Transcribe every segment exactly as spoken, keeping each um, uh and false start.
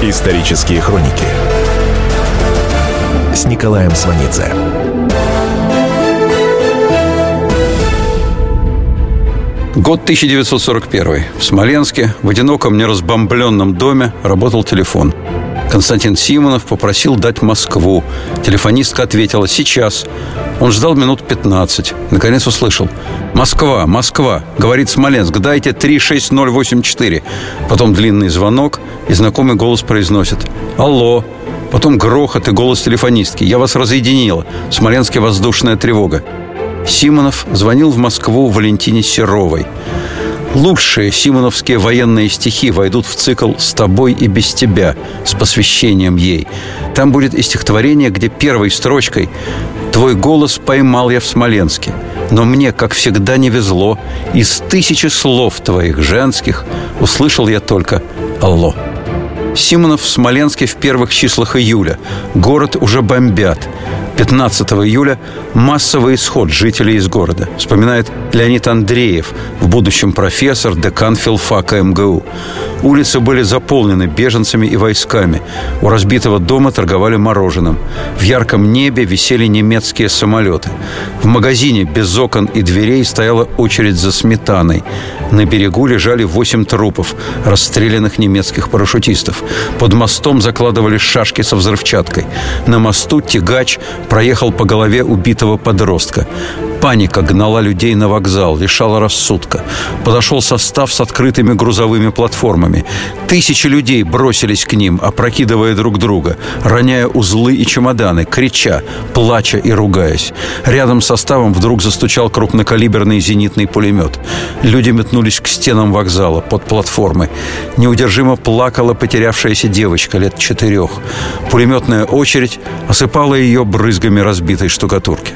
Исторические хроники с Николаем Сванидзе. Год тысяча девятьсот сорок первый. В Смоленске в одиноком неразбомбленном доме работал телефон. Константин Симонов попросил дать Москву. Телефонистка ответила: «Сейчас». Он ждал минут пятнадцать. Наконец услышал: «Москва, Москва», говорит Смоленск, «дайте три шесть ноль восемь четыре». Потом длинный звонок, и знакомый голос произносит: «Алло». Потом грохот и голос телефонистки: «Я вас разъединила. В Смоленске воздушная тревога». Симонов звонил в Москву Валентине Серовой. Лучшие симоновские военные стихи войдут в цикл «С тобой и без тебя» с посвящением ей. Там будет и стихотворение, где первой строчкой: «Твой голос поймал я в Смоленске, но мне, как всегда, не везло. Из тысячи слов твоих женских услышал я только «Алло». Симонов в Смоленске в первых числах июля. Город уже бомбят. пятнадцатого июля массовый исход жителей из города. Вспоминает Леонид Андреев, в будущем профессор, декан филфака эм гэ у. Улицы были заполнены беженцами и войсками. У разбитого дома торговали мороженым. В ярком небе висели немецкие самолеты. В магазине без окон и дверей стояла очередь за сметаной. На берегу лежали восемь трупов расстрелянных немецких парашютистов. Под мостом закладывали шашки со взрывчаткой. На мосту тягач проехал по голове убитого подростка. Паника гнала людей на вокзал, лишала рассудка. Подошел состав с открытыми грузовыми платформами. Тысячи людей бросились к ним, опрокидывая друг друга, роняя узлы и чемоданы, крича, плача и ругаясь. Рядом с составом вдруг застучал крупнокалиберный зенитный пулемет. Люди метнулись к стенам вокзала, под платформы. Неудержимо плакала потерявшаяся девочка лет четырех. Пулеметная очередь осыпала ее брызгами разбитой штукатурки.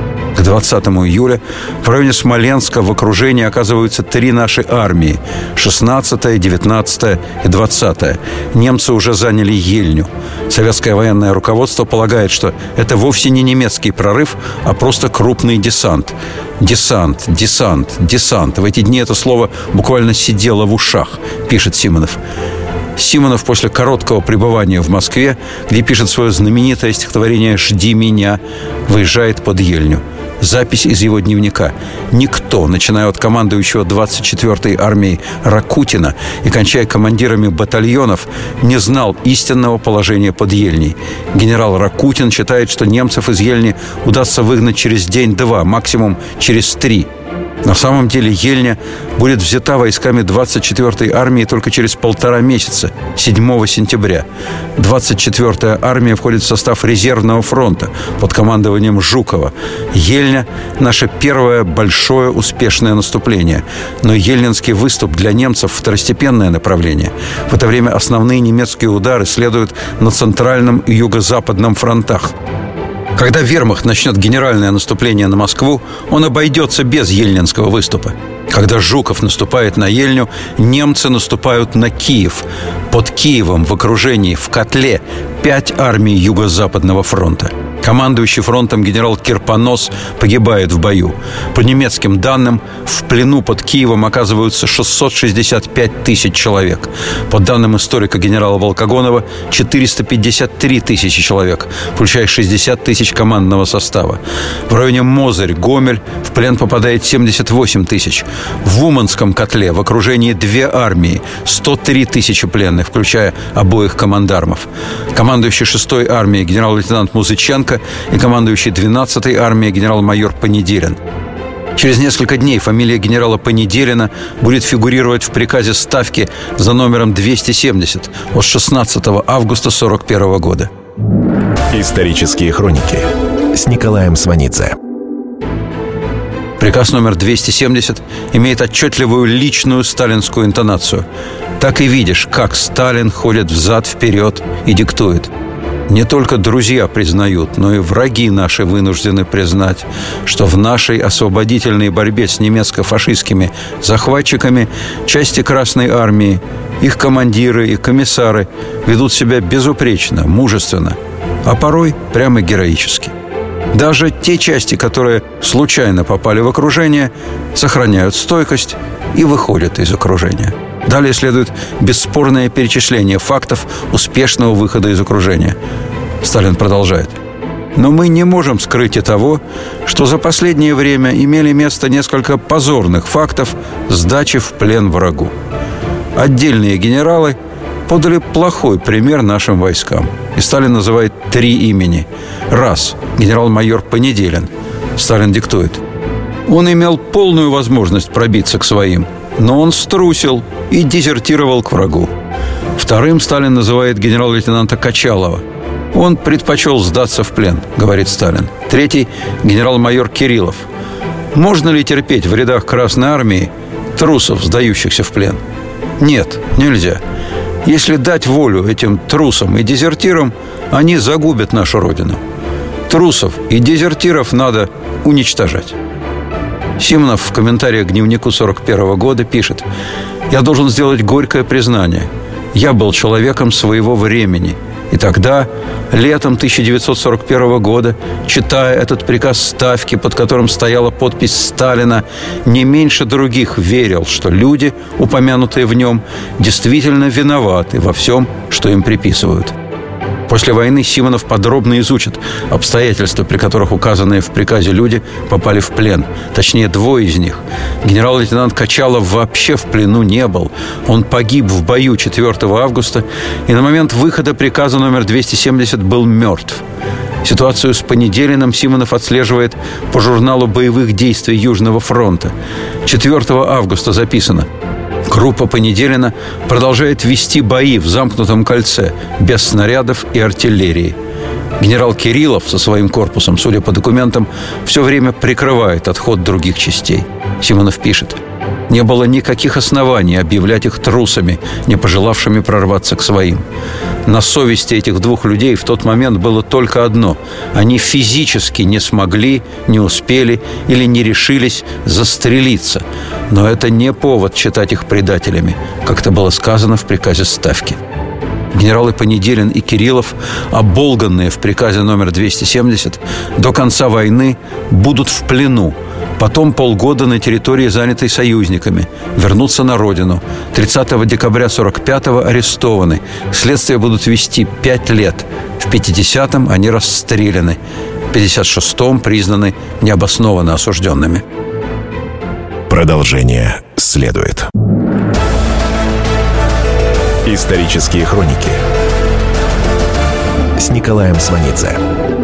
К двадцатому июля в районе Смоленска в окружении оказываются три наши армии – шестнадцатая, девятнадцатая и двадцатая. Немцы уже заняли Ельню. Советское военное руководство полагает, что это вовсе не немецкий прорыв, а просто крупный десант. Десант, десант, десант. В эти дни это слово буквально сидело в ушах, пишет Симонов. Симонов после короткого пребывания в Москве, где пишет свое знаменитое стихотворение «Жди меня», выезжает под Ельню. Запись из его дневника. Никто, начиная от командующего двадцать четвёртой армией Ракутина и кончая командирами батальонов, не знал истинного положения под Ельней. Генерал Ракутин считает, что немцев из Ельни удастся выгнать через день-два, максимум через три. На самом деле Ельня будет взята войсками двадцать четвёртой армии только через полтора месяца, седьмого сентября. двадцать четвёртая армия входит в состав резервного фронта под командованием Жукова. Ельня – наше первое большое успешное наступление. Но ельнинский выступ для немцев – второстепенное направление. В это время основные немецкие удары следуют на центральном и юго-западном фронтах. Когда вермахт начнет генеральное наступление на Москву, он обойдется без ельнинского выступа. Когда Жуков наступает на Ельню, немцы наступают на Киев. Под Киевом в окружении, в котле, пять армий Юго-Западного фронта. Командующий фронтом генерал Кирпонос погибает в бою. По немецким данным, в плену под Киевом оказываются шестьсот шестьдесят пять тысяч человек. По данным историка генерала Волкогонова, четыреста пятьдесят три тысячи человек, включая шестьдесят тысяч командного состава. В районе Мозырь, Гомель в плен попадает семьдесят восемь тысяч. В Уманском котле в окружении две армии, сто три тысячи пленных, включая обоих командармов. Командующий шестой армией генерал-лейтенант Музыченко и командующий двенадцатой армией генерал-майор Понеделин. Через несколько дней фамилия генерала Понеделина будет фигурировать в приказе Ставки за номером двести семьдесят от шестнадцатого августа сорок первого года. Исторические хроники с Николаем Сванидзе. Приказ номер двести семьдесят имеет отчетливую личную сталинскую интонацию. Так и видишь, как Сталин ходит взад-вперед и диктует. Не только друзья признают, но и враги наши вынуждены признать, что в нашей освободительной борьбе с немецко-фашистскими захватчиками части Красной Армии, их командиры и комиссары ведут себя безупречно, мужественно, а порой прямо героически. Даже те части, которые случайно попали в окружение, сохраняют стойкость и выходят из окружения. Далее следует бесспорное перечисление фактов успешного выхода из окружения. Сталин продолжает. Но мы не можем скрыть и того, что за последнее время имели место несколько позорных фактов сдачи в плен врагу. Отдельные генералы подали плохой пример нашим войскам. И Сталин называет три имени. Раз. Генерал-майор Понеделин. Сталин диктует. Он имел полную возможность пробиться к своим, но он струсил и дезертировал к врагу. Вторым Сталин называет генерал-лейтенанта Качалова. Он предпочел сдаться в плен, говорит Сталин. Третий – генерал-майор Кириллов. Можно ли терпеть в рядах Красной Армии трусов, сдающихся в плен? Нет, нельзя. Если дать волю этим трусам и дезертирам, они загубят нашу Родину. Трусов и дезертиров надо уничтожать. Симонов в комментариях к дневнику сорок первого года пишет: «Я должен сделать горькое признание. Я был человеком своего времени. И тогда, летом тысяча девятьсот сорок первого года, читая этот приказ Ставки, под которым стояла подпись Сталина, не меньше других верил, что люди, упомянутые в нем, действительно виноваты во всем, что им приписывают». После войны Симонов подробно изучит обстоятельства, при которых указанные в приказе люди попали в плен. Точнее, двое из них. Генерал-лейтенант Качалов вообще в плену не был. Он погиб в бою четвёртого августа и на момент выхода приказа номер двести семьдесят был мертв. Ситуацию с Понеделиным Симонов отслеживает по журналу боевых действий Южного фронта. четвёртого августа записано: группа Понеделина продолжает вести бои в замкнутом кольце, без снарядов и артиллерии. Генерал Кириллов со своим корпусом, судя по документам, все время прикрывает отход других частей. Симонов пишет: «Не было никаких оснований объявлять их трусами, не пожелавшими прорваться к своим. На совести этих двух людей в тот момент было только одно: они физически не смогли, не успели или не решились застрелиться. Но это не повод считать их предателями, как это было сказано в приказе Ставки». Генералы Понеделин и Кириллов, оболганные в приказе номер двести семьдесят, до конца войны будут в плену. Потом полгода на территории, занятой союзниками. Вернутся на родину. тридцатого декабря сорок пятого арестованы. Следствие будут вести пять лет. В пятидесятом они расстреляны. В пятьдесят шестом признаны необоснованно осужденными. Продолжение следует. Исторические хроники с Николаем Сванидзе.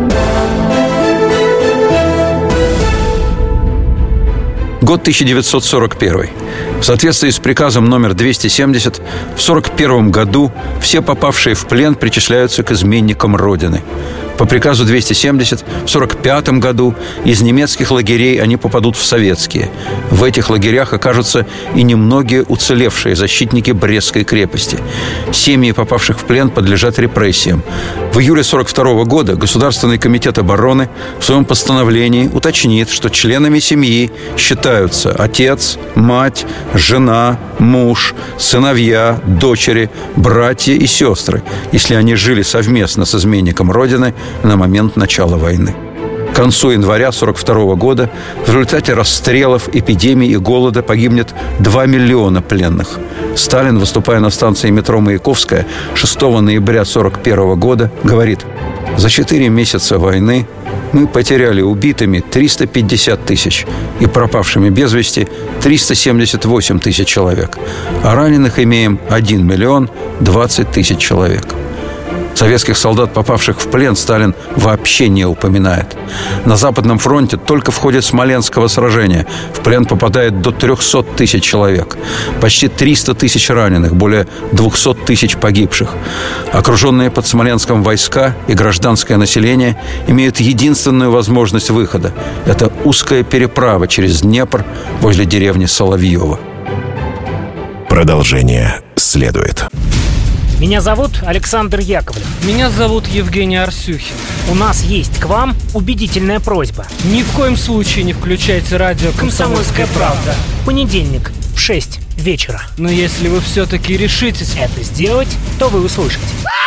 Год тысяча девятьсот сорок первый. В соответствии с приказом номер двести семьдесят, в сорок первом году все попавшие в плен причисляются к изменникам Родины. По приказу двести семьдесят в сорок пятом году из немецких лагерей они попадут в советские. В этих лагерях окажутся и немногие уцелевшие защитники Брестской крепости. Семьи попавших в плен подлежат репрессиям. В июле сорок второго года Государственный комитет обороны в своем постановлении уточнит, что членами семьи считаются отец, мать, жена, муж, сыновья, дочери, братья и сестры, если они жили совместно с изменником Родины на момент начала войны. К концу января сорок второго года в результате расстрелов, эпидемий и голода погибнет два миллиона пленных. Сталин, выступая на станции метро Маяковская шестого ноября сорок первого года, говорит: «За четыре месяца войны мы потеряли убитыми триста пятьдесят тысяч и пропавшими без вести триста семьдесят восемь тысяч человек, а раненых имеем один миллион двадцать тысяч человек». Советских солдат, попавших в плен, Сталин вообще не упоминает. На Западном фронте только в ходе Смоленского сражения в плен попадает до трехсот тысяч человек. Почти триста тысяч раненых, более двухсот тысяч погибших. Окруженные под Смоленском войска и гражданское население имеют единственную возможность выхода. Это узкая переправа через Днепр возле деревни Соловьево. Продолжение следует. Меня зовут Александр Яковлев. Меня зовут Евгений Арсюхин. У нас есть к вам убедительная просьба. Ни в коем случае не включайте радио «Комсомольская правда». В понедельник в шесть вечера. Но если вы все-таки решитесь это сделать, то вы услышите.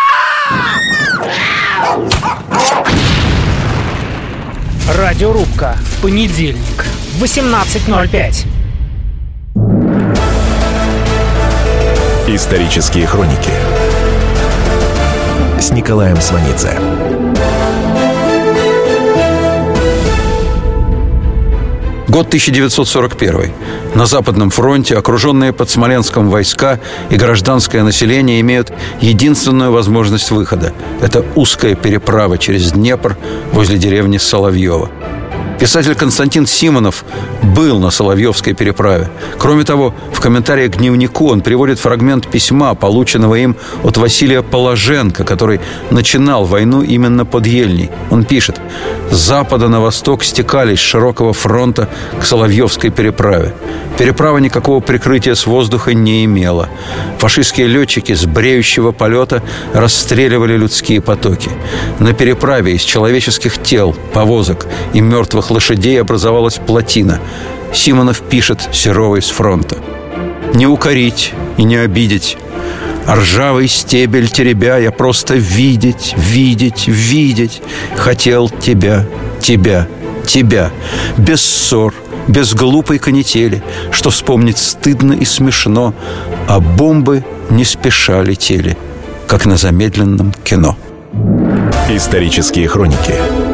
Радиорубка. В понедельник в восемнадцать ноль пять. Исторические хроники с Николаем Сванидзе. Год тысяча девятьсот сорок первый. На Западном фронте окруженные под Смоленском войска и гражданское население имеют единственную возможность выхода. Это узкая переправа через Днепр возле деревни Соловьево. Писатель Константин Симонов был на Соловьевской переправе. Кроме того, в комментариях к дневнику он приводит фрагмент письма, полученного им от Василия Положенко, который начинал войну именно под Ельней. Он пишет: «С запада на восток стекались с широкого фронта к Соловьевской переправе. Переправа никакого прикрытия с воздуха не имела. Фашистские летчики с бреющего полета расстреливали людские потоки. На переправе из человеческих тел, повозок и мертвых лошадей образовалась плотина». Симонов пишет Серовой с фронта: «Не укорить и не обидеть, а ржавый стебель теребя, я просто видеть, видеть, видеть хотел тебя, тебя, тебя, без ссор, без глупой канители, что вспомнить стыдно и смешно, а бомбы не спеша летели, как на замедленном кино». Исторические хроники.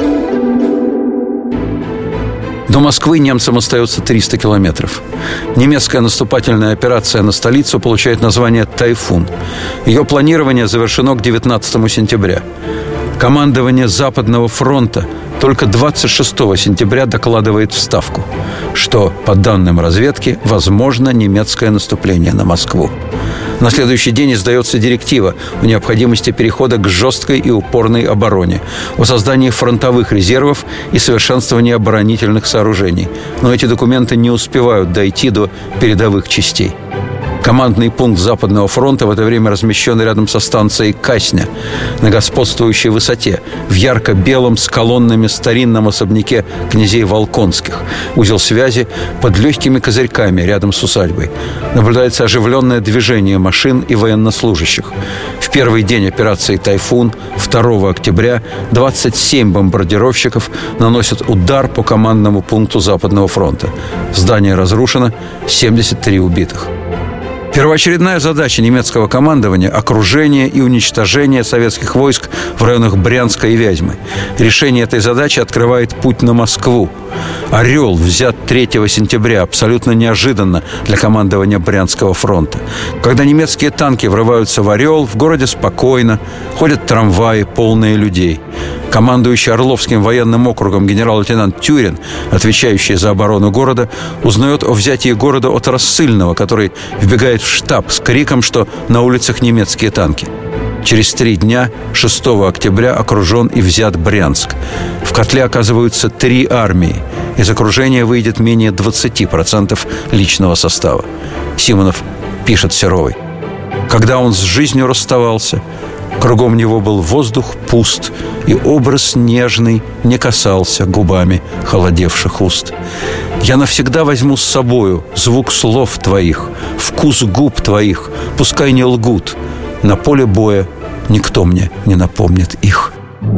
До Москвы немцам остается триста километров. Немецкая наступательная операция на столицу получает название «Тайфун». Ее планирование завершено к девятнадцатому сентября. Командование Западного фронта только двадцать шестого сентября докладывает в Ставку, что, по данным разведки, возможно немецкое наступление на Москву. На следующий день издается директива о необходимости перехода к жесткой и упорной обороне, о создании фронтовых резервов и совершенствовании оборонительных сооружений. Но эти документы не успевают дойти до передовых частей. Командный пункт Западного фронта в это время размещен рядом со станцией Касня на господствующей высоте, в ярко-белом с колоннами старинном особняке князей Волконских. Узел связи под легкими козырьками рядом с усадьбой. Наблюдается оживленное движение машин и военнослужащих. В первый день операции «Тайфун», второго октября, двадцать семь бомбардировщиков наносят удар по командному пункту Западного фронта. Здание разрушено, семьдесят три убитых. Первоочередная задача немецкого командования – окружение и уничтожение советских войск в районах Брянска и Вязьмы. Решение этой задачи открывает путь на Москву. «Орел» взят третьего сентября, абсолютно неожиданно для командования Брянского фронта. Когда немецкие танки врываются в «Орел», в городе спокойно, ходят трамваи, полные людей. Командующий Орловским военным округом генерал-лейтенант Тюрин, отвечающий за оборону города, узнает о взятии города от Рассыльного, который вбегает в штаб с криком, что на улицах немецкие танки. Через три дня, шестого октября, окружен и взят Брянск. В котле оказываются три армии. Из окружения выйдет менее двадцати процентов личного состава. Симонов пишет Серовой: «Когда он с жизнью расставался, кругом него был воздух пуст, и образ нежный не касался губами холодевших уст. Я навсегда возьму с собою звук слов твоих, вкус губ твоих, пускай не лгут. На поле боя никто мне не напомнит их».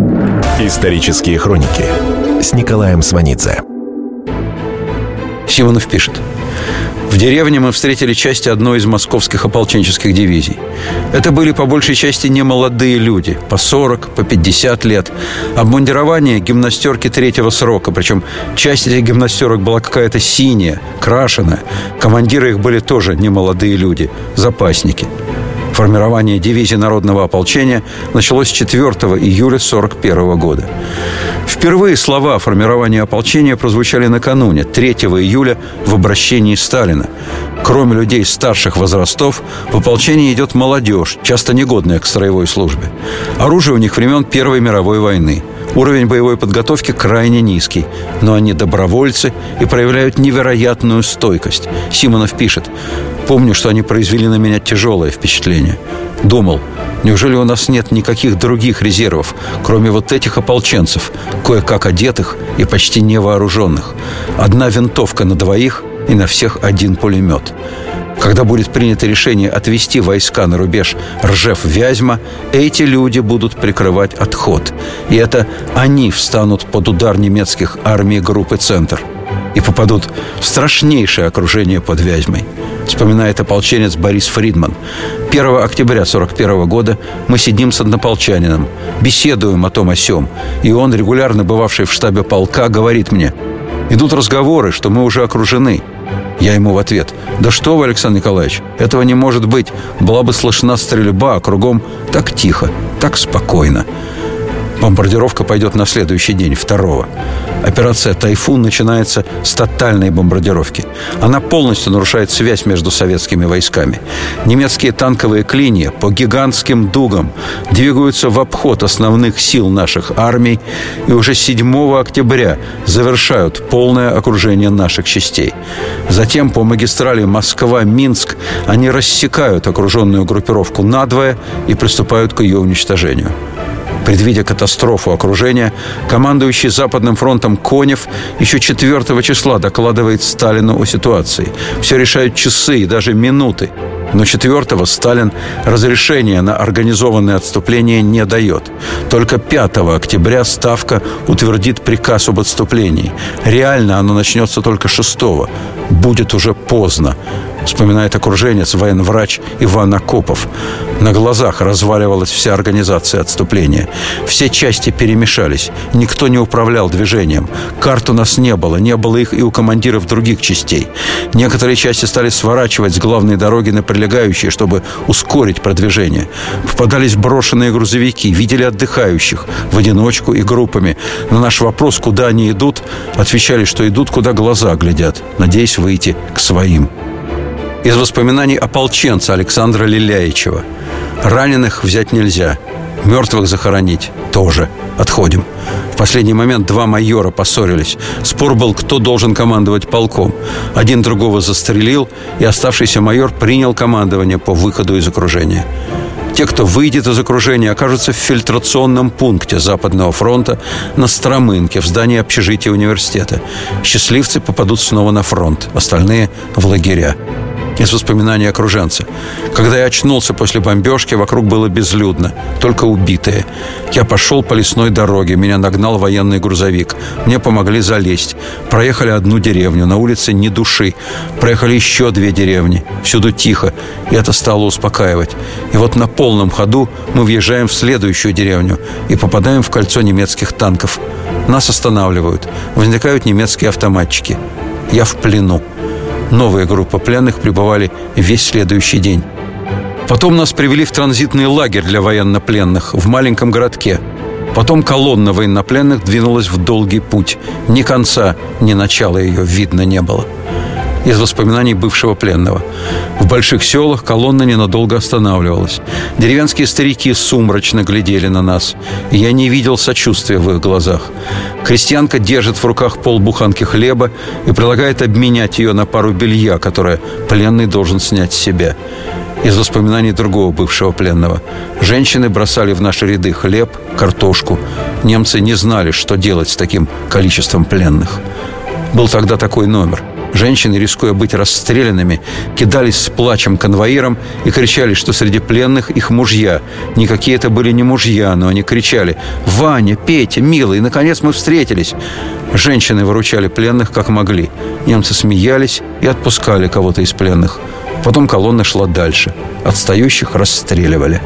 Исторические хроники с Николаем Сванидзе. Симонов пишет: «В деревне мы встретили части одной из московских ополченческих дивизий. Это были по большей части немолодые люди, по сорок, по пятьдесят лет. Обмундирование — гимнастерки третьего срока, причем часть этих гимнастерок была какая-то синяя, крашеная. Командиры их были тоже немолодые люди, запасники». Формирование дивизии народного ополчения началось четвёртого июля сорок первого года. Впервые слова о формировании ополчения прозвучали накануне, третьего июля, в обращении Сталина. Кроме людей старших возрастов, в ополчение идет молодежь, часто негодная к строевой службе. Оружие у них времен Первой мировой войны. Уровень боевой подготовки крайне низкий, но они добровольцы и проявляют невероятную стойкость. Симонов пишет: «Помню, что они произвели на меня тяжелое впечатление. Думал, неужели у нас нет никаких других резервов, кроме вот этих ополченцев, кое-как одетых и почти невооруженных. Одна винтовка на двоих и на всех один пулемет. Когда будет принято решение отвести войска на рубеж Ржев-Вязьма, эти люди будут прикрывать отход. И это они встанут под удар немецких армий группы «Центр» и попадут в страшнейшее окружение под Вязьмой. вспоминает ополченец Борис Фридман. первого октября сорок первого года мы сидим с однополчанином, беседуем о том о сём, и он, регулярно бывавший в штабе полка, говорит мне: идут разговоры, что мы уже окружены. Я ему в ответ: да что вы, Александр Николаевич, этого не может быть. Была бы слышна стрельба, а кругом так тихо, так спокойно. Бомбардировка пойдет на следующий день, второго. Операция «Тайфун» начинается с тотальной бомбардировки. Она полностью нарушает связь между советскими войсками. Немецкие танковые клинья по гигантским дугам двигаются в обход основных сил наших армий и уже седьмого октября завершают полное окружение наших частей. Затем по магистрали Москва-Минск они рассекают окруженную группировку надвое и приступают к ее уничтожению. Предвидя катастрофу окружения, командующий Западным фронтом Конев еще четвертого числа докладывает Сталину о ситуации. Все решают часы и даже минуты. Но четвертого Сталин разрешения на организованное отступление не дает. Только пятого октября Ставка утвердит приказ об отступлении. Реально оно начнется только шестого. Будет уже поздно, вспоминает окруженец, военврач Иван Акопов. На глазах разваливалась вся организация отступления. Все части перемешались. Никто не управлял движением. Карт у нас не было. Не было их и у командиров других частей. Некоторые части стали сворачивать с главной дороги на прилегающие, чтобы ускорить продвижение. Попадались брошенные грузовики. Видели отдыхающих в одиночку и группами. На наш вопрос, куда они идут, отвечали, что идут, куда глаза глядят, надеясь выйти к своим. Из воспоминаний ополченца Александра Лиляичева. Раненых взять нельзя, мертвых захоронить тоже. Отходим. В последний момент два майора поссорились. Спор был, кто должен командовать полком. Один другого застрелил, и оставшийся майор принял командование по выходу из окружения. Те, кто выйдет из окружения, окажутся в фильтрационном пункте Западного фронта на Стромынке, в здании общежития университета. Счастливцы попадут снова на фронт, остальные – в лагеря. Из воспоминаний окруженца. Когда я очнулся после бомбежки, вокруг было безлюдно, только убитые. Я пошел по лесной дороге, меня нагнал военный грузовик. Мне помогли залезть. Проехали одну деревню, на улице ни души. Проехали еще две деревни, всюду тихо, и это стало успокаивать. И вот на полном ходу мы въезжаем в следующую деревню и попадаем в кольцо немецких танков. Нас останавливают. Возникают немецкие автоматчики. Я в плену. Новая группа пленных пребывали весь следующий день. Потом нас привели в транзитный лагерь для военнопленных в маленьком городке. Потом колонна военнопленных двинулась в долгий путь. Ни конца, ни начала ее видно не было. Из воспоминаний бывшего пленного. В больших селах колонна ненадолго останавливалась. Деревенские старики сумрачно глядели на нас. И я не видел сочувствия в их глазах. Крестьянка держит в руках полбуханки хлеба и предлагает обменять ее на пару белья, которое пленный должен снять с себя. Из воспоминаний другого бывшего пленного. Женщины бросали в наши ряды хлеб, картошку. Немцы не знали, что делать с таким количеством пленных. Был тогда такой номер. Женщины, рискуя быть расстрелянными, кидались с плачем конвоирам и кричали, что среди пленных их мужья. Никакие это были не мужья, но они кричали: «Ваня, Петя, милый, наконец мы встретились!» Женщины выручали пленных как могли. Немцы смеялись и отпускали кого-то из пленных. Потом колонна шла дальше. Отстающих расстреливали.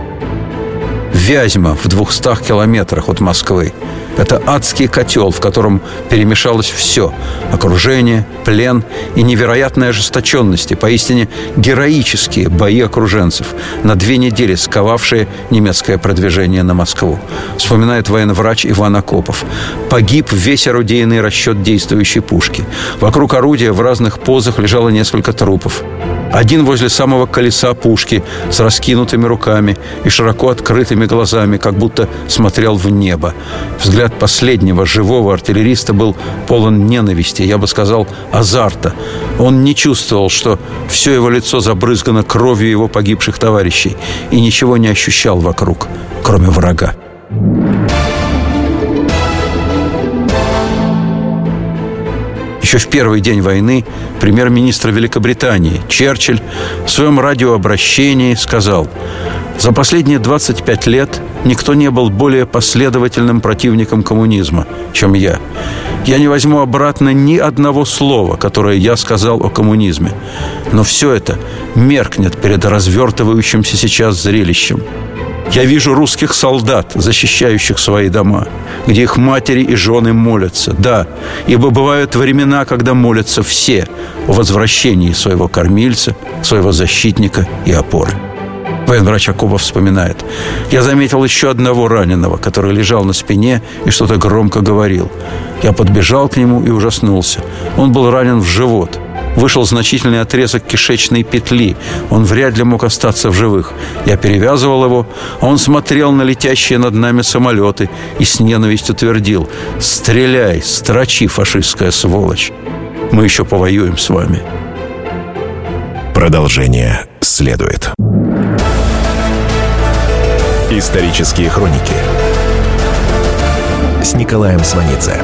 Вязьма в двухстах километрах от Москвы. Это адский котел, в котором перемешалось все. Окружение, плен и невероятная ожесточенность, и поистине героические бои окруженцев, на две недели сковавшие немецкое продвижение на Москву. Вспоминает военврач Иван Акопов. Погиб весь орудийный расчет действующей пушки. Вокруг орудия в разных позах лежало несколько трупов. Один возле самого колеса пушки с раскинутыми руками и широко открытыми глазами, как будто смотрел в небо. Взгляд последнего живого артиллериста был полон ненависти, я бы сказал, азарта. Он не чувствовал, что все его лицо забрызгано кровью его погибших товарищей, и ничего не ощущал вокруг, кроме врага. Еще в первый день войны премьер-министр Великобритании Черчилль в своем радиообращении сказал: За последние двадцать пять лет никто не был более последовательным противником коммунизма, чем я. Я не возьму обратно ни одного слова, которое я сказал о коммунизме. Но все это меркнет перед развертывающимся сейчас зрелищем. Я вижу русских солдат, защищающих свои дома, где их матери и жены молятся. Да, ибо бывают времена, когда молятся все о возвращении своего кормильца, своего защитника и опоры. Военврач Акопов вспоминает: «Я заметил еще одного раненого, который лежал на спине и что-то громко говорил. Я подбежал к нему и ужаснулся. Он был ранен в живот. Вышел значительный отрезок кишечной петли. Он вряд ли мог остаться в живых. Я перевязывал его, а он смотрел на летящие над нами самолеты и с ненавистью твердил: «Стреляй, строчи, фашистская сволочь! Мы еще повоюем с вами». Продолжение следует. Исторические хроники с Николаем Сванидзе.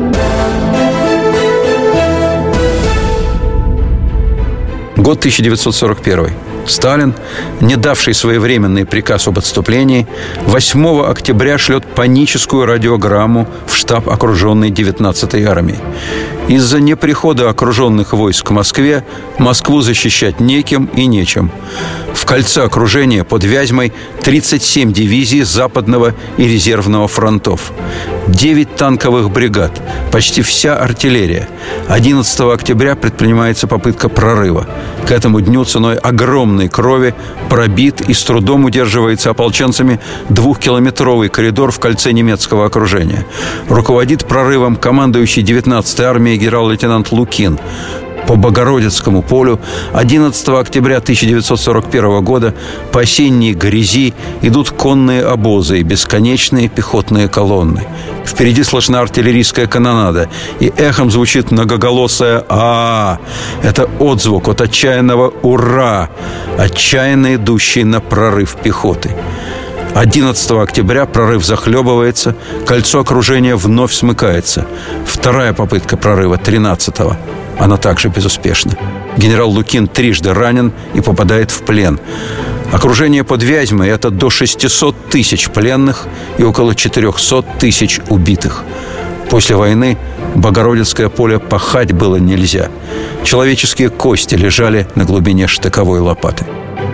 Год тысяча девятьсот сорок первый. Сталин, не давший своевременный приказ об отступлении, восьмого октября шлет паническую радиограмму в штаб окруженной девятнадцатой армии. Из-за неприхода окруженных войск к Москве Москву защищать неким и нечем. В кольце окружения под Вязьмой тридцать семь дивизий Западного и резервного фронтов, девять танковых бригад, почти вся артиллерия. одиннадцатого октября предпринимается попытка прорыва. К этому дню ценой огромной крови пробит и с трудом удерживается ополченцами двухкилометровый коридор в кольце немецкого окружения. Руководит прорывом командующий девятнадцатой армией генерал-лейтенант Лукин. По Богородицкому полю одиннадцатого октября тысяча девятьсот сорок первого года по осенней грязи идут конные обозы и бесконечные пехотные колонны. Впереди слышна артиллерийская канонада, и эхом звучит многоголосое «А-а-а». Это отзвук от отчаянного «Ура!», отчаянно идущий на прорыв пехоты. одиннадцатого октября прорыв захлебывается, кольцо окружения вновь смыкается. Вторая попытка прорыва тринадцатого. Она также безуспешна. Генерал Лукин трижды ранен и попадает в плен. Окружение под Вязьмой – это до шестисот тысяч пленных и около четырехсот тысяч убитых. После войны Богородицкое поле пахать было нельзя. Человеческие кости лежали на глубине штыковой лопаты.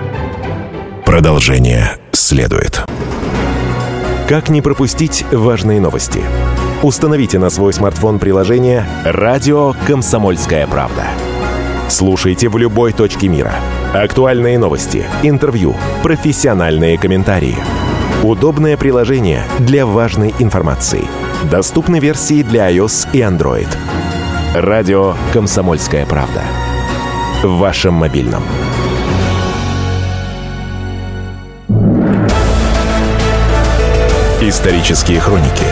Продолжение следует. Как не пропустить важные новости? Установите на свой смартфон приложение «Радио Комсомольская правда». Слушайте в любой точке мира. Актуальные новости, интервью, профессиональные комментарии. Удобное приложение для важной информации. Доступны версии для iOS и Android. «Радио Комсомольская правда». В вашем мобильном. Исторические хроники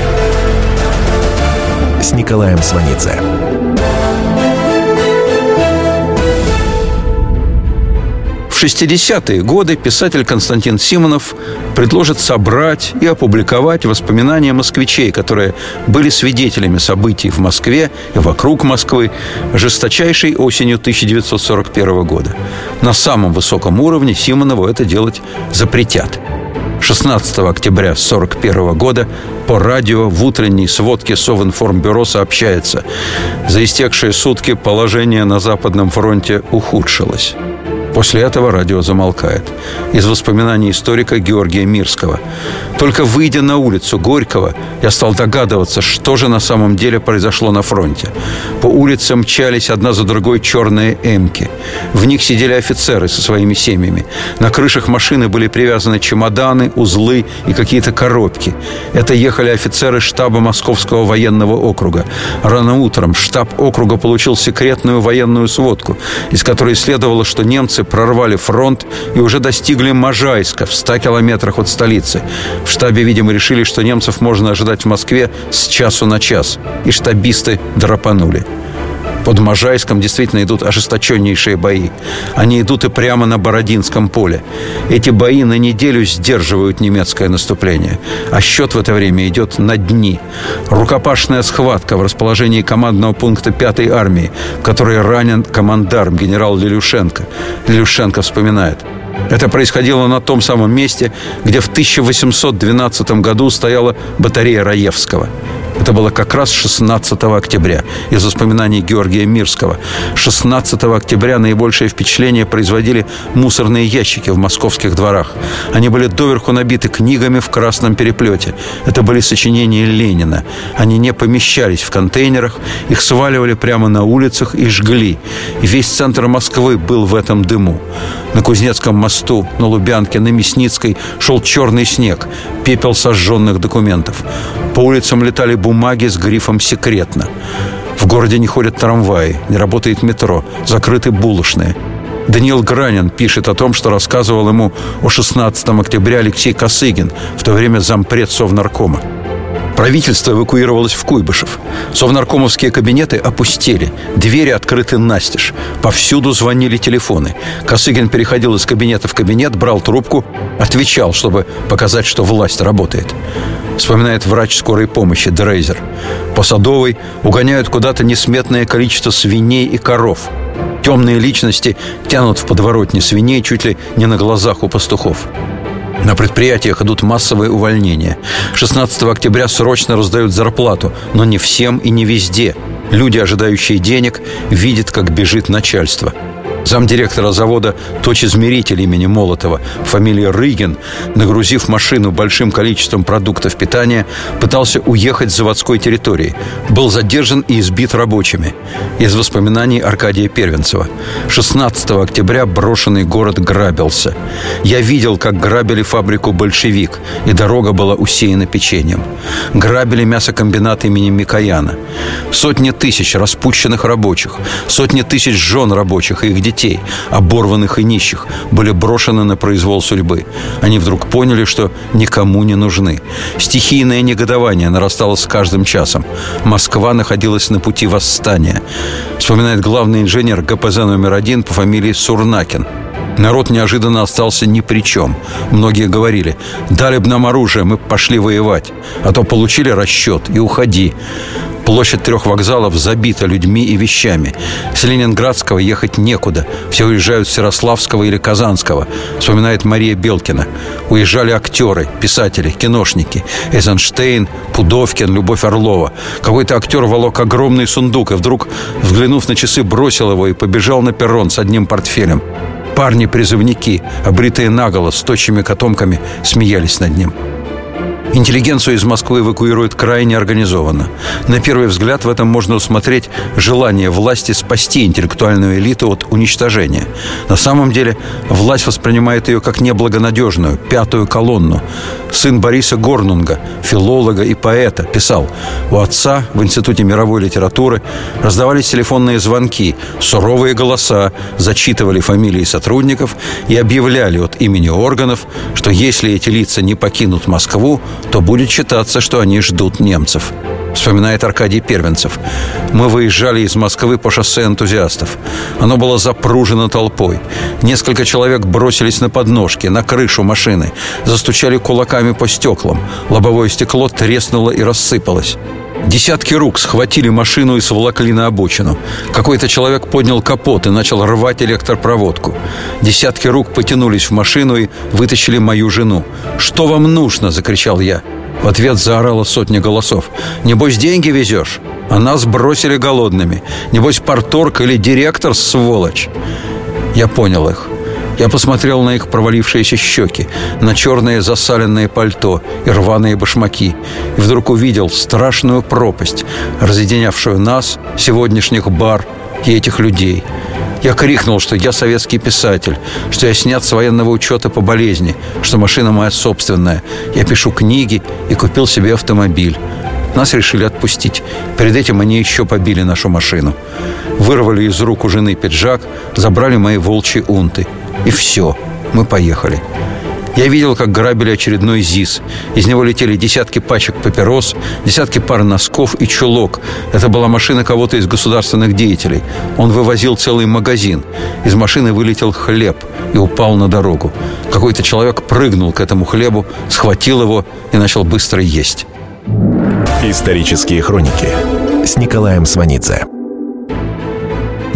с Николаем Сванидзе. В шестидесятые годы писатель Константин Симонов предложит собрать и опубликовать воспоминания москвичей, которые были свидетелями событий в Москве и вокруг Москвы жесточайшей осенью тысяча девятьсот сорок первого года. На самом высоком уровне Симонову это делать запретят. шестнадцатого октября сорок первого года по радио в утренней сводке Совинформбюро сообщается: за истекшие сутки положение на Западном фронте ухудшилось. После этого радио замолкает. Из воспоминаний историка Георгия Мирского: только выйдя на улицу Горького, я стал догадываться, что же на самом деле произошло на фронте. По улицам мчались одна за другой черные эмки. В них сидели офицеры со своими семьями. На крышах машины были привязаны чемоданы, узлы и какие-то коробки. Это ехали офицеры штаба Московского военного округа. Рано утром штаб округа получил секретную военную сводку, из которой следовало, что немцы прорвали фронт и уже достигли Можайска в ста километрах от столицы. В штабе, видимо, решили, что немцев можно ожидать в Москве с часу на час. И штабисты драпанули. Под Можайском действительно идут ожесточеннейшие бои. Они идут и прямо на Бородинском поле. Эти бои на неделю сдерживают немецкое наступление. А счет в это время идет на дни. Рукопашная схватка в расположении командного пункта пятой армии, в которой ранен командарм генерал Лелюшенко. Лелюшенко вспоминает: Это происходило на том самом месте, где в тысяча восемьсот двенадцатом году стояла батарея Раевского. Это было как раз шестнадцатого октября. Из воспоминаний Георгия Мирского. шестнадцатого октября наибольшее впечатление производили мусорные ящики в московских дворах. Они были доверху набиты книгами в красном переплете. Это были сочинения Ленина. Они не помещались в контейнерах, их сваливали прямо на улицах и жгли. И весь центр Москвы был в этом дыму. На Кузнецком мосту, на Лубянке, на Мясницкой шел черный снег, пепел сожженных документов. По улицам летали бумаги с грифом «Секретно». В городе не ходят трамваи, не работает метро, закрыты булочные. Даниил Гранин пишет о том, что рассказывал ему о шестнадцатом октября Алексей Косыгин, в то время зампред Совнаркома. Правительство эвакуировалось в Куйбышев. Совнаркомовские кабинеты опустели. Двери открыты настежь. Повсюду звонили телефоны. Косыгин переходил из кабинета в кабинет, брал трубку, отвечал, чтобы показать, что власть работает. Вспоминает врач скорой помощи Дрейзер. По Садовой угоняют куда-то несметное количество свиней и коров. Темные личности тянут в подворотни свиней чуть ли не на глазах у пастухов. На предприятиях идут массовые увольнения. шестнадцатого октября срочно раздают зарплату, но не всем и не везде. Люди, ожидающие денег, видят, как бежит начальство. Замдиректора завода «Точизмеритель» имени Молотова, фамилия Рыгин, нагрузив машину большим количеством продуктов питания, пытался уехать с заводской территории. Был задержан и избит рабочими. Из воспоминаний Аркадия Первенцева. шестнадцатого октября брошенный город грабился. Я видел, как грабили фабрику «Большевик», и дорога была усеяна печеньем. Грабили мясокомбинат имени Микояна. Сотни тысяч распущенных рабочих, сотни тысяч жен рабочих и их детей, оборванных и нищих, были брошены на произвол судьбы. Они вдруг поняли, что никому не нужны. Стихийное негодование нарастало с каждым часом. Москва находилась на пути восстания. Вспоминает главный инженер гэ пэ зэ номер один по фамилии Сурнакин. Народ неожиданно остался ни при чем. Многие говорили: дали бы нам оружие, мы пошли воевать. А то получили расчет и уходи. Площадь трех вокзалов забита людьми и вещами. С Ленинградского ехать некуда. Все уезжают с Ярославского или Казанского, вспоминает Мария Белкина. Уезжали актеры, писатели, киношники. Эйзенштейн, Пудовкин, Любовь Орлова. Какой-то актер волок огромный сундук и вдруг, взглянув на часы, бросил его и побежал на перрон с одним портфелем. Парни-призывники, обритые наголо, с тощими котомками, смеялись над ним. Интеллигенцию из Москвы эвакуируют крайне организованно. На первый взгляд в этом можно усмотреть желание власти спасти интеллектуальную элиту от уничтожения. На самом деле власть воспринимает ее как неблагонадежную, пятую колонну. Сын Бориса Горнунга, филолога и поэта, писал: у отца в Институте мировой литературы раздавались телефонные звонки, суровые голоса зачитывали фамилии сотрудников и объявляли от имени органов, что если эти лица не покинут Москву, то будет считаться, что они ждут немцев. Вспоминает Аркадий Первенцев. Мы выезжали из Москвы по шоссе энтузиастов. Оно было запружено толпой. Несколько человек бросились на подножки, на крышу машины, застучали кулаками по стеклам. Лобовое стекло треснуло и рассыпалось. Десятки рук схватили машину и сволокли на обочину. Какой-то человек поднял капот и начал рвать электропроводку. Десятки рук потянулись в машину и вытащили мою жену. «Что вам нужно?» – закричал я. В ответ заорала сотня голосов. «Небось, деньги везешь? А нас бросили голодными. Небось, парторг или директор, сволочь?» Я понял их. Я посмотрел на их провалившиеся щеки, на черное засаленное пальто и рваные башмаки, и вдруг увидел страшную пропасть, разъединявшую нас, сегодняшних бар, и этих людей. Я крикнул, что я советский писатель, что я снят с военного учета по болезни, что машина моя собственная. Я пишу книги и купил себе автомобиль. Нас решили отпустить. Перед этим они еще побили нашу машину. Вырвали из рук у жены пиджак, забрали мои волчьи унты. И все, мы поехали. Я видел, как грабили очередной ЗИС. Из него летели десятки пачек папирос, десятки пар носков и чулок. Это была машина кого-то из государственных деятелей. Он вывозил целый магазин. Из машины вылетел хлеб и упал на дорогу. Какой-то человек прыгнул к этому хлебу, схватил его и начал быстро есть. Исторические хроники с Николаем Сванидзе.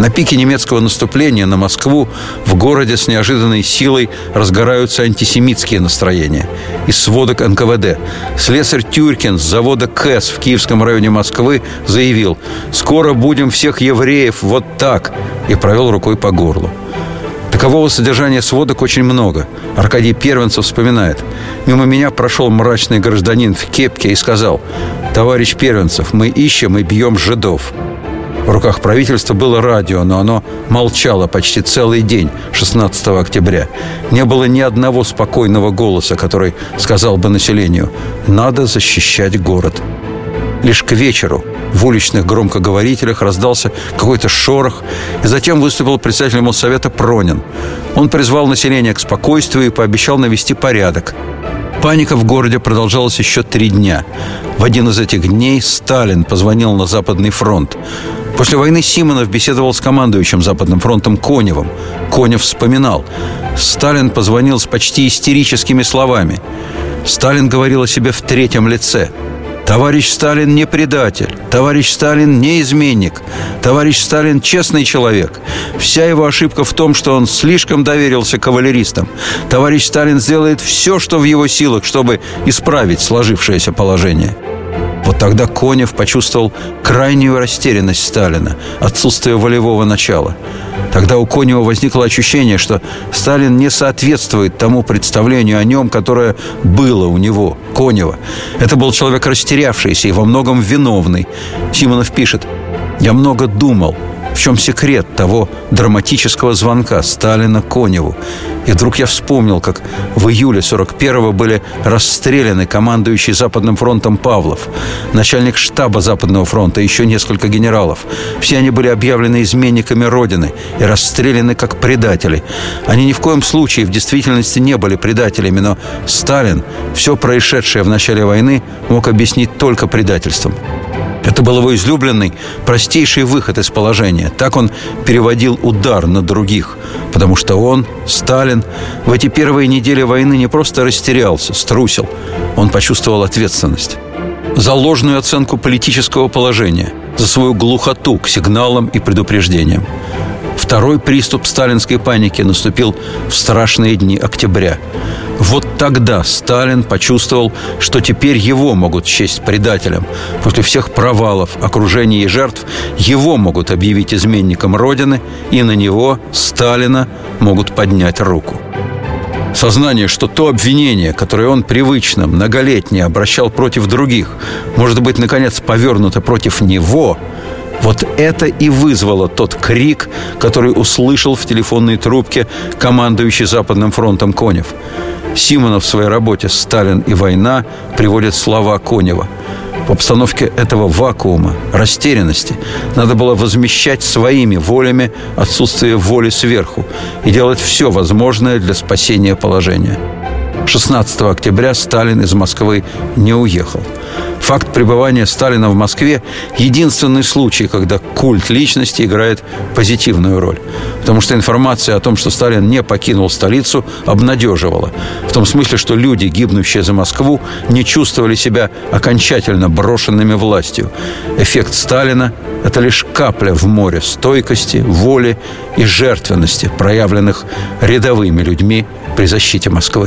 На пике немецкого наступления на Москву в городе с неожиданной силой разгораются антисемитские настроения. Из сводок эн ка вэ дэ слесарь Тюркин с завода КЭС в Киевском районе Москвы заявил: «Скоро будем всех евреев вот так», и провел рукой по горлу. Такового содержания сводок очень много. Аркадий Первенцев вспоминает: «Мимо меня прошел мрачный гражданин в кепке и сказал: товарищ Первенцев, мы ищем и бьем жидов». В руках правительства было радио, но оно молчало почти целый день шестнадцатого октября. Не было ни одного спокойного голоса, который сказал бы населению: «Надо защищать город». Лишь к вечеру в уличных громкоговорителях раздался какой-то шорох, и затем выступил председатель Моссовета Пронин. Он призвал население к спокойствию и пообещал навести порядок. Паника в городе продолжалась еще три дня. В один из этих дней Сталин позвонил на Западный фронт. После войны Симонов беседовал с командующим Западным фронтом Коневым. Конев вспоминал: Сталин позвонил с почти истерическими словами. Сталин говорил о себе в третьем лице. Товарищ Сталин не предатель. Товарищ Сталин не изменник. Товарищ Сталин честный человек. Вся его ошибка в том, что он слишком доверился кавалеристам. Товарищ Сталин сделает все, что в его силах, чтобы исправить сложившееся положение. Вот тогда Конев почувствовал крайнюю растерянность Сталина, отсутствие волевого начала. Тогда у Конева возникло ощущение, что Сталин не соответствует тому представлению о нем, которое было у него, Конева. Это был человек растерявшийся и во многом виновный. Симонов пишет: «Я много думал, в чем секрет того драматического звонка Сталина Коневу. И вдруг я вспомнил, как в июле сорок первого были расстреляны командующий Западным фронтом Павлов, начальник штаба Западного фронта и еще несколько генералов. Все они были объявлены изменниками Родины и расстреляны как предатели. Они ни в коем случае в действительности не были предателями, но Сталин все происшедшее в начале войны мог объяснить только предательством». Это был его излюбленный, простейший выход из положения. Так он переводил удар на других, потому что он, Сталин, в эти первые недели войны не просто растерялся, струсил. Он почувствовал ответственность за ложную оценку политического положения, за свою глухоту к сигналам и предупреждениям. Второй приступ сталинской паники наступил в страшные дни октября. Вот тогда Сталин почувствовал, что теперь его могут счесть предателем. После всех провалов, окружений и жертв его могут объявить изменником Родины, и на него, Сталина, могут поднять руку. Сознание, что то обвинение, которое он привычно, многолетнее обращал против других, может быть, наконец, повернуто против него – вот это и вызвало тот крик, который услышал в телефонной трубке командующий Западным фронтом Конев. Симонов в своей работе «Сталин и война» приводит слова Конева. В обстановке этого вакуума, растерянности, надо было возмещать своими волями отсутствие воли сверху и делать все возможное для спасения положения. шестнадцатого октября Сталин из Москвы не уехал. Факт пребывания Сталина в Москве – единственный случай, когда культ личности играет позитивную роль. Потому что информация о том, что Сталин не покинул столицу, обнадеживала. В том смысле, что люди, гибнущие за Москву, не чувствовали себя окончательно брошенными властью. Эффект Сталина – это лишь капля в море стойкости, воли и жертвенности, проявленных рядовыми людьми при защите Москвы.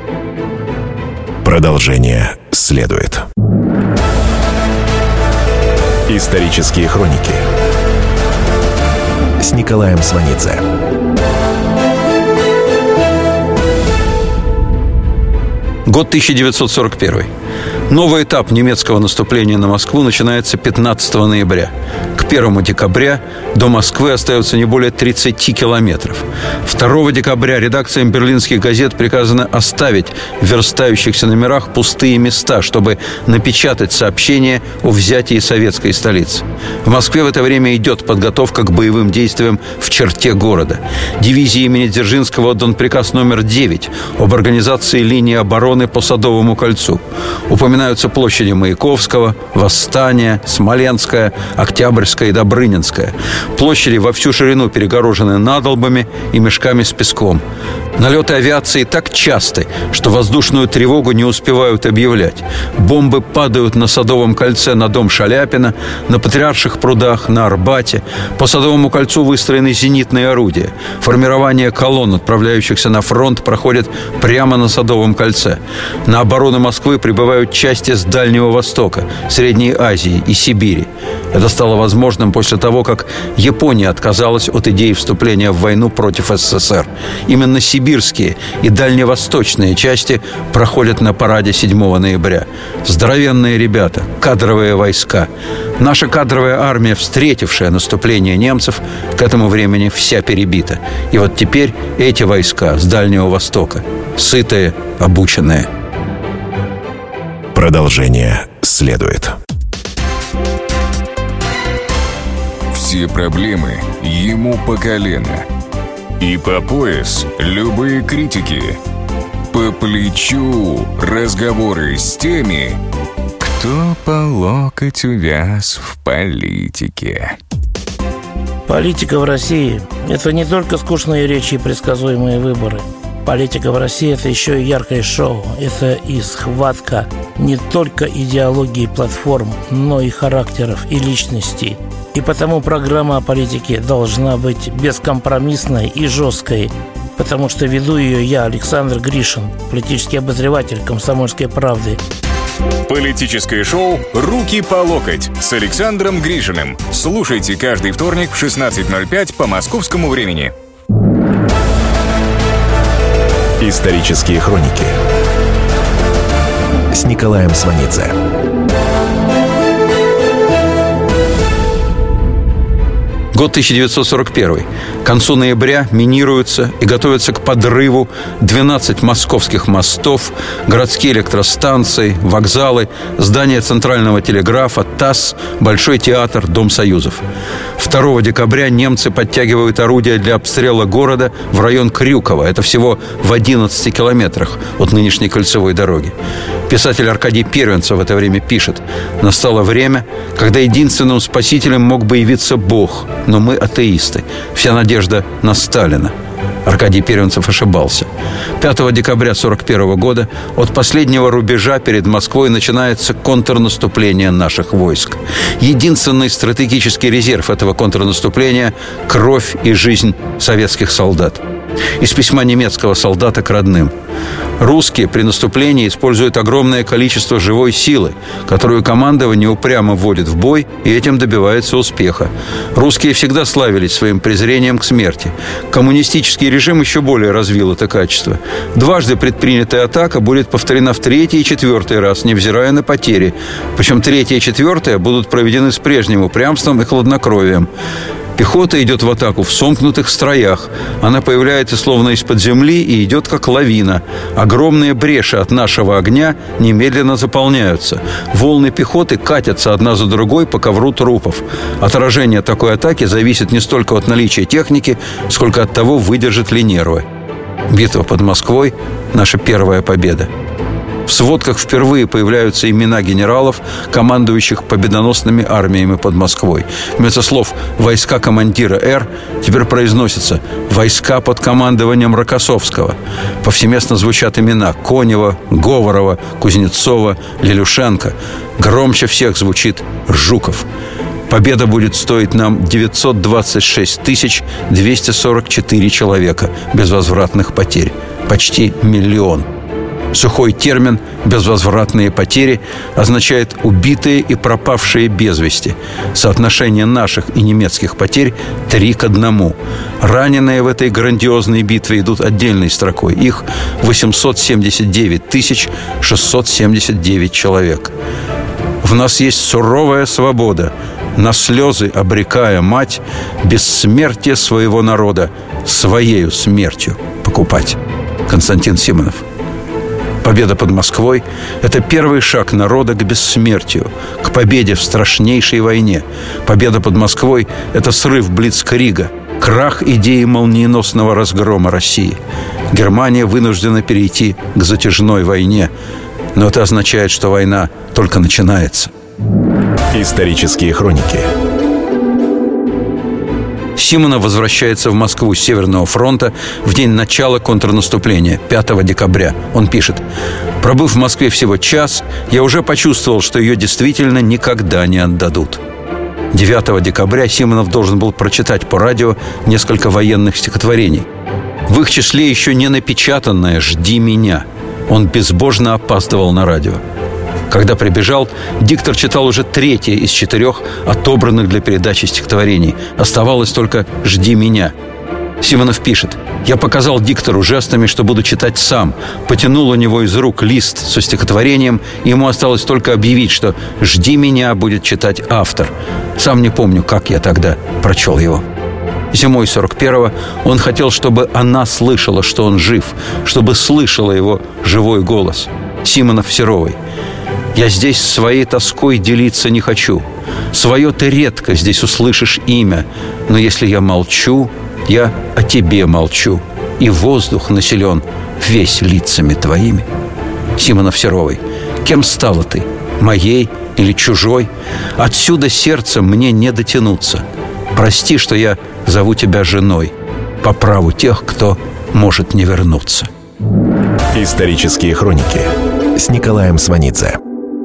Продолжение следует. Исторические хроники с Николаем Сванидзе. Год тысяча девятьсот сорок первый. Новый этап немецкого наступления на Москву начинается пятнадцатого ноября. К первому декабря до Москвы остается не более тридцати километров. второго декабря редакциям берлинских газет приказано оставить в верстающихся номерах пустые места, чтобы напечатать сообщение о взятии советской столицы. В Москве в это время идет подготовка к боевым действиям в черте города. Дивизии имени Дзержинского отдан приказ номер девять об организации линии обороны по Садовому кольцу. Упоминаются площади Маяковского, Восстания, Смоленская, Октябрьская и Добрынинская. Площади во всю ширину перегорожены надолбами и мешками с песком. Налеты авиации так часты, что воздушную тревогу не успевают объявлять. Бомбы падают на Садовом кольце на дом Шаляпина, на Патриарших прудах, на Арбате. По Садовому кольцу выстроены зенитные орудия. Формирование колонн, отправляющихся на фронт, проходит прямо на Садовом кольце. На оборону Москвы прибывают части с Дальнего Востока, Средней Азии и Сибири. Это стало возможным после того, как Япония отказалась от идеи вступления в войну против СССР. Именно сибирские и дальневосточные части проходят на параде седьмого ноября. Здоровенные ребята, кадровые войска. Наша кадровая армия, встретившая наступление немцев, к этому времени вся перебита. И вот теперь эти войска с Дальнего Востока, сытые, обученные. Продолжение следует. Все проблемы ему по колено. И по пояс любые критики. По плечу разговоры с теми, кто по локоть увяз в политике. Политика в России – это не только скучные речи и предсказуемые выборы. Политика в России – это еще и яркое шоу. Это и схватка не только идеологии и платформ, но и характеров и личностей. И потому программа о политике должна быть бескомпромиссной и жесткой, потому что веду ее я, Александр Гришин, политический обозреватель «Комсомольской правды». Политическое шоу «Руки по локоть» с Александром Гришиным. Слушайте каждый вторник в шестнадцать ноль пять по московскому времени. Исторические хроники с Николаем Сванидзе. Год тысяча девятьсот сорок первый. К концу ноября минируются и готовятся к подрыву двенадцать московских мостов, городские электростанции, вокзалы, здание Центрального телеграфа, ТАСС, Большой театр, Дом Союзов. второго декабря немцы подтягивают орудия для обстрела города в район Крюково. Это всего в одиннадцати километрах от нынешней кольцевой дороги. Писатель Аркадий Первенцев в это время пишет: «Настало время, когда единственным спасителем мог бы явиться Бог, но мы атеисты. Вся надежда на Сталина». Аркадий Первенцев ошибался. пятого декабря сорок первого года от последнего рубежа перед Москвой начинается контрнаступление наших войск. Единственный стратегический резерв этого контрнаступления – кровь и жизнь советских солдат. Из письма немецкого солдата к родным. Русские при наступлении используют огромное количество живой силы, которую командование упрямо вводит в бой и этим добивается успеха. Русские всегда славились своим презрением к смерти. Коммунистический режим еще более развил это качество. Дважды предпринятая атака будет повторена в третий и четвертый раз, невзирая на потери. Причем третья и четвертая будут проведены с прежним упрямством и хладнокровием. Пехота идет в атаку в сомкнутых строях. Она появляется словно из-под земли и идет как лавина. Огромные бреши от нашего огня немедленно заполняются. Волны пехоты катятся одна за другой по ковру трупов. Отражение такой атаки зависит не столько от наличия техники, сколько от того, выдержат ли нервы. Битва под Москвой – наша первая победа. В сводках впервые появляются имена генералов, командующих победоносными армиями под Москвой. Вместо слов «войска командира Р» теперь произносятся «войска под командованием Рокоссовского». Повсеместно звучат имена Конева, Говорова, Кузнецова, Лелюшенко. Громче всех звучит Жуков. Победа будет стоить нам девятьсот двадцать шесть тысяч двести сорок четыре человека безвозвратных потерь. Почти миллион. Сухой термин «безвозвратные потери» означает убитые и пропавшие без вести. Соотношение наших и немецких потерь три к одному. Раненые в этой грандиозной битве идут отдельной строкой. Их восемьсот семьдесят девять тысяч шестьсот семьдесят девять человек. В нас есть суровая свобода, на слезы обрекая мать, бессмертие своего народа своею смертью покупать. Константин Симонов. Победа под Москвой – это первый шаг народа к бессмертию, к победе в страшнейшей войне. Победа под Москвой – это срыв блицкрига, крах идеи молниеносного разгрома России. Германия вынуждена перейти к затяжной войне, но это означает, что война только начинается. Исторические хроники Симонов возвращается в Москву с Северного фронта в день начала контрнаступления, пятого декабря. Он пишет: «Пробыв в Москве всего час, я уже почувствовал, что ее действительно никогда не отдадут». девятого декабря Симонов должен был прочитать по радио несколько военных стихотворений. В их числе еще не напечатанное «Жди меня». Он безбожно опаздывал на радио. Когда прибежал, диктор читал уже третье из четырех отобранных для передачи стихотворений. Оставалось только «Жди меня». Симонов пишет: «Я показал диктору жестами, что буду читать сам. Потянул у него из рук лист со стихотворением, и ему осталось только объявить, что «Жди меня» будет читать автор. Сам не помню, как я тогда прочел его». Зимой сорок первого он хотел, чтобы она слышала, что он жив, чтобы слышала его живой голос. Симонов Серовой: «Я здесь своей тоской делиться не хочу. Свое ты редко здесь услышишь имя, но если я молчу, я о тебе молчу, и воздух населен весь лицами твоими». Симонов Серовой: «Кем стала ты? Моей или чужой? Отсюда сердцем мне не дотянуться. Прости, что я зову тебя женой, по праву тех, кто может не вернуться». Исторические хроники с Николаем Сванидзе.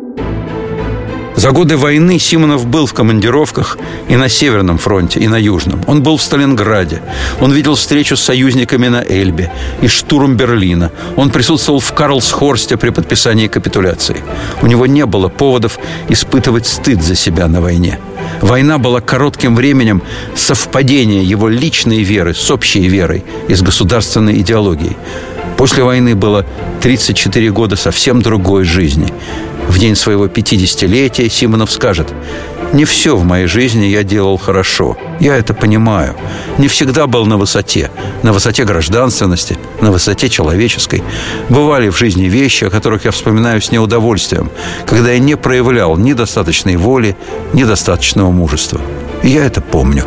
За годы войны Симонов был в командировках и на Северном фронте, и на Южном. Он был в Сталинграде. Он видел встречу с союзниками на Эльбе и штурм Берлина. Он присутствовал в Карлсхорсте при подписании капитуляции. У него не было поводов испытывать стыд за себя на войне. Война была коротким временем совпадения его личной веры с общей верой и с государственной идеологией. После войны было тридцать четыре года совсем другой жизни. В день своего пятидесятилетия Симонов скажет: «Не все в моей жизни я делал хорошо. Я это понимаю. Не всегда был на высоте. На высоте гражданственности, на высоте человеческой. Бывали в жизни вещи, о которых я вспоминаю с неудовольствием, когда я не проявлял ни достаточной воли, ни достаточного мужества. И я это помню».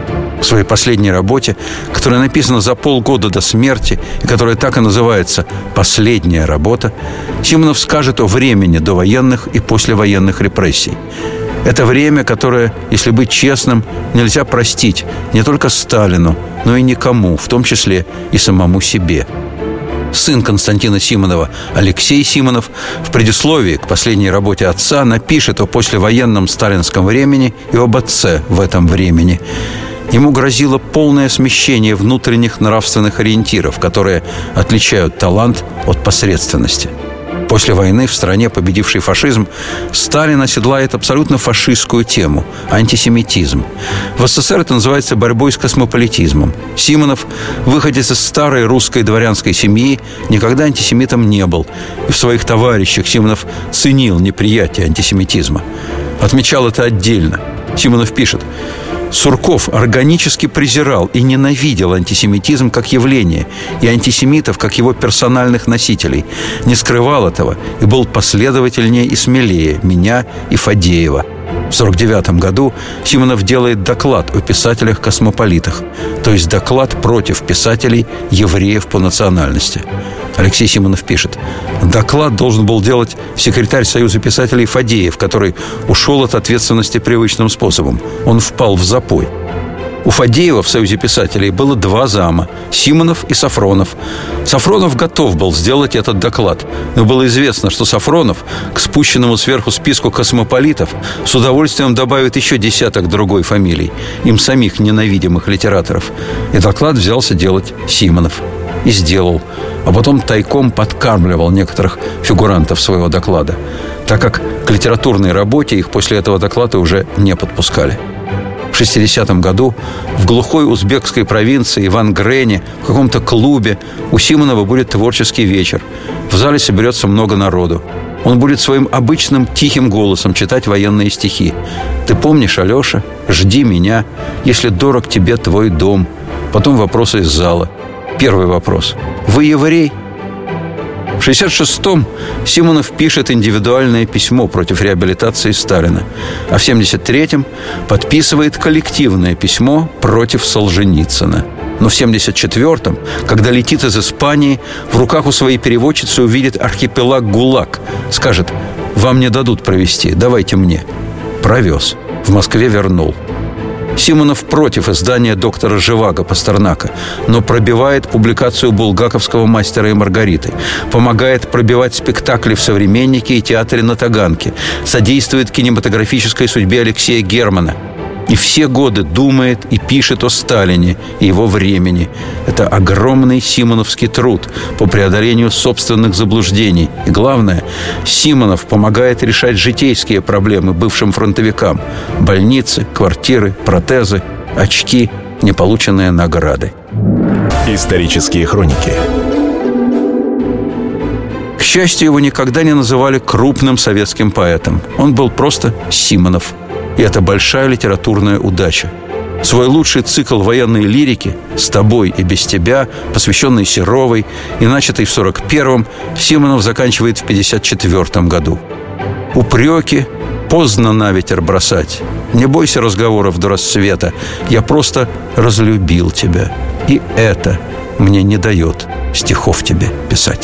В своей последней работе, которая написана за полгода до смерти и которая так и называется «Последняя работа», Симонов скажет о времени до военных и послевоенных репрессий. Это время, которое, если быть честным, нельзя простить не только Сталину, но и никому, в том числе и самому себе. Сын Константина Симонова, Алексей Симонов, в предисловии к последней работе отца напишет о послевоенном сталинском времени и об отце в этом времени. Ему грозило полное смещение внутренних нравственных ориентиров, которые отличают талант от посредственности. После войны в стране, победившей фашизм, Сталин оседлает абсолютно фашистскую тему – антисемитизм. В СССР это называется борьбой с космополитизмом. Симонов, выходец из старой русской дворянской семьи, никогда антисемитом не был. И в своих товарищах Симонов ценил неприятие антисемитизма. Отмечал это отдельно. Симонов пишет: «Сурков органически презирал и ненавидел антисемитизм как явление и антисемитов как его персональных носителей, не скрывал этого и был последовательнее и смелее меня и Фадеева». В сорок девятом году Симонов делает доклад о писателях-космополитах, то есть доклад против писателей евреев по национальности. Алексей Симонов пишет: «Доклад должен был делать секретарь Союза писателей Фадеев, который ушел от ответственности привычным способом. Он впал в запой». У Фадеева в Союзе писателей было два зама – Симонов и Сафронов. Сафронов готов был сделать этот доклад, но было известно, что Сафронов к спущенному сверху списку космополитов с удовольствием добавит еще десяток другой фамилий, им самих ненавидимых литераторов. И доклад взялся делать Симонов. И сделал. А потом тайком подкармливал некоторых фигурантов своего доклада, так как к литературной работе их после этого доклада уже не подпускали. В шестидесятом году в глухой узбекской провинции в Ангрене в каком-то клубе у Симонова будет творческий вечер. В зале соберется много народу. Он будет своим обычным тихим голосом читать военные стихи. «Ты помнишь, Алеша? Жди меня, если дорог тебе твой дом». Потом вопросы из зала. Первый вопрос: «Вы еврей?» В шестьдесят шестом Симонов пишет индивидуальное письмо против реабилитации Сталина, а в семьдесят третьем подписывает коллективное письмо против Солженицына. Но в семьдесят четвертом, когда летит из Испании, в руках у своей переводчицы увидит архипелаг ГУЛАГ, скажет: «Вам не дадут провести, давайте мне». Провез. В Москве вернул. Симонов против издания доктора Живаго Пастернака, но пробивает публикацию булгаковского «Мастера и Маргариты», помогает пробивать спектакли в «Современнике» и театре на Таганке, содействует кинематографической судьбе Алексея Германа. И все годы думает и пишет о Сталине и его времени. Это огромный симоновский труд по преодолению собственных заблуждений. И главное, Симонов помогает решать житейские проблемы бывшим фронтовикам. Больницы, квартиры, протезы, очки, неполученные награды. Исторические хроники. К счастью, его никогда не называли крупным советским поэтом. Он был просто Симонов. И это большая литературная удача. Свой лучший цикл военной лирики «С тобой и без тебя», посвященный Серовой и начатый в сорок первом, Симонов заканчивает в пятьдесят четвертом году. Упреки поздно на ветер бросать. Не бойся разговоров до рассвета. Я просто разлюбил тебя. И это мне не дает стихов тебе писать.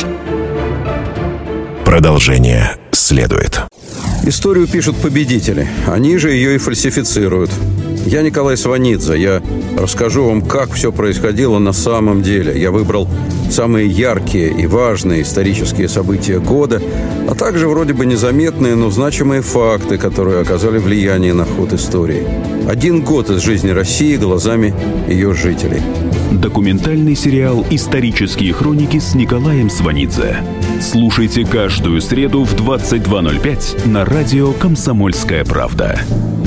Продолжение следует. Историю пишут победители. Они же ее и фальсифицируют. Я Николай Сванидзе. Я расскажу вам, как все происходило на самом деле. Я выбрал самые яркие и важные исторические события года, а также вроде бы незаметные, но значимые факты, которые оказали влияние на ход истории. Один год из жизни России глазами ее жителей. Документальный сериал «Исторические хроники» с Николаем Сванидзе. Слушайте каждую среду в двадцать два ноль пять на радио «Комсомольская правда».